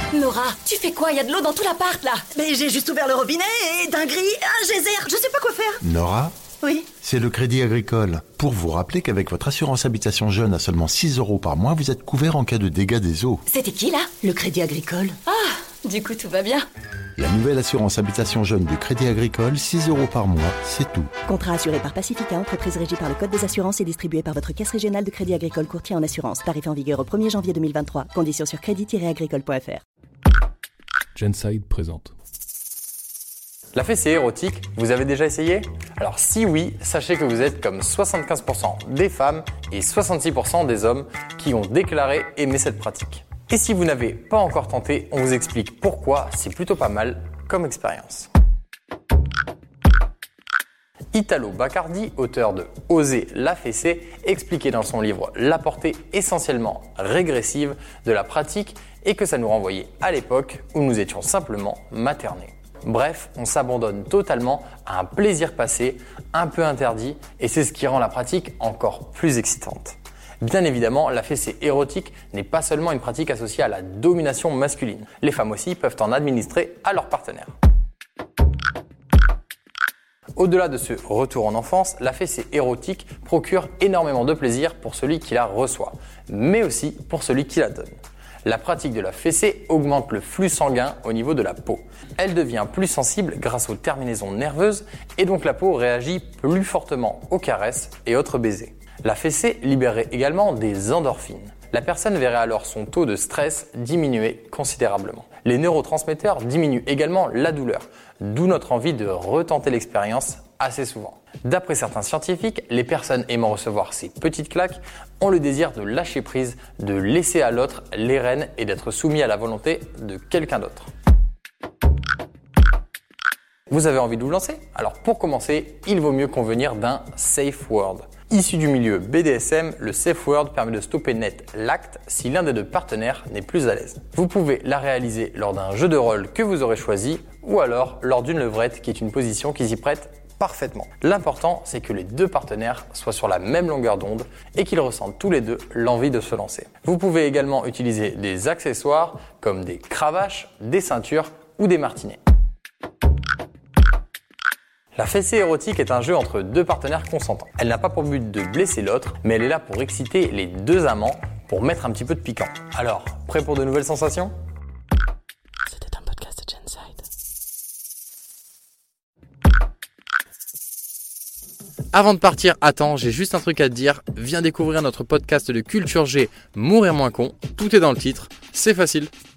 Nora, tu fais quoi? Il y a de l'eau dans tout l'appart, là. Mais j'ai juste ouvert le robinet et dinguerie, un geyser, je sais pas quoi faire. Nora ? Oui. C'est le Crédit Agricole. Pour vous rappeler qu'avec votre assurance habitation jeune à seulement 6 € par mois, vous êtes couvert en cas de dégâts des eaux. C'était qui, là? Le Crédit Agricole. Ah, du coup, tout va bien. La nouvelle assurance habitation jeune du Crédit Agricole, 6 € par mois, c'est tout. Contrat assuré par Pacifica, entreprise régie par le Code des assurances et distribué par votre caisse régionale de Crédit Agricole courtier en assurance. Tarif en vigueur au 1er janvier 2023. Conditions sur crédit-agricole.fr. Genside présente. La fessée érotique, vous avez déjà essayé? Alors si oui, sachez que vous êtes comme 75% des femmes et 66% des hommes qui ont déclaré aimer cette pratique. Et si vous n'avez pas encore tenté, on vous explique pourquoi c'est plutôt pas mal comme expérience. Italo Bacardi, auteur de Oser la fessée, expliquait dans son livre la portée essentiellement régressive de la pratique et que ça nous renvoyait à l'époque où nous étions simplement maternés. Bref, on s'abandonne totalement à un plaisir passé, un peu interdit, et c'est ce qui rend la pratique encore plus excitante. Bien évidemment, la fessée érotique n'est pas seulement une pratique associée à la domination masculine. Les femmes aussi peuvent en administrer à leur partenaire. Au-delà de ce retour en enfance, la fessée érotique procure énormément de plaisir pour celui qui la reçoit, mais aussi pour celui qui la donne. La pratique de la fessée augmente le flux sanguin au niveau de la peau. Elle devient plus sensible grâce aux terminaisons nerveuses et donc la peau réagit plus fortement aux caresses et autres baisers. La fessée libérerait également des endorphines. La personne verrait alors son taux de stress diminuer considérablement. Les neurotransmetteurs diminuent également la douleur, d'où notre envie de retenter l'expérience assez souvent. D'après certains scientifiques, les personnes aimant recevoir ces petites claques ont le désir de lâcher prise, de laisser à l'autre les rênes et d'être soumis à la volonté de quelqu'un d'autre. Vous avez envie de vous lancer? Alors pour commencer, il vaut mieux convenir d'un safe word. Issu du milieu BDSM, le safe word permet de stopper net l'acte si l'un des deux partenaires n'est plus à l'aise. Vous pouvez la réaliser lors d'un jeu de rôle que vous aurez choisi ou alors lors d'une levrette qui est une position qui s'y prête parfaitement. L'important, c'est que les deux partenaires soient sur la même longueur d'onde et qu'ils ressentent tous les deux l'envie de se lancer. Vous pouvez également utiliser des accessoires comme des cravaches, des ceintures ou des martinets. La fessée érotique est un jeu entre deux partenaires consentants. Elle n'a pas pour but de blesser l'autre, mais elle est là pour exciter les deux amants, pour mettre un petit peu de piquant. Alors, prêt pour de nouvelles sensations? C'était un podcast de Genside. Avant de partir, attends, j'ai juste un truc à te dire. Viens découvrir notre podcast de Culture G, Mourir moins con. Tout est dans le titre, c'est facile.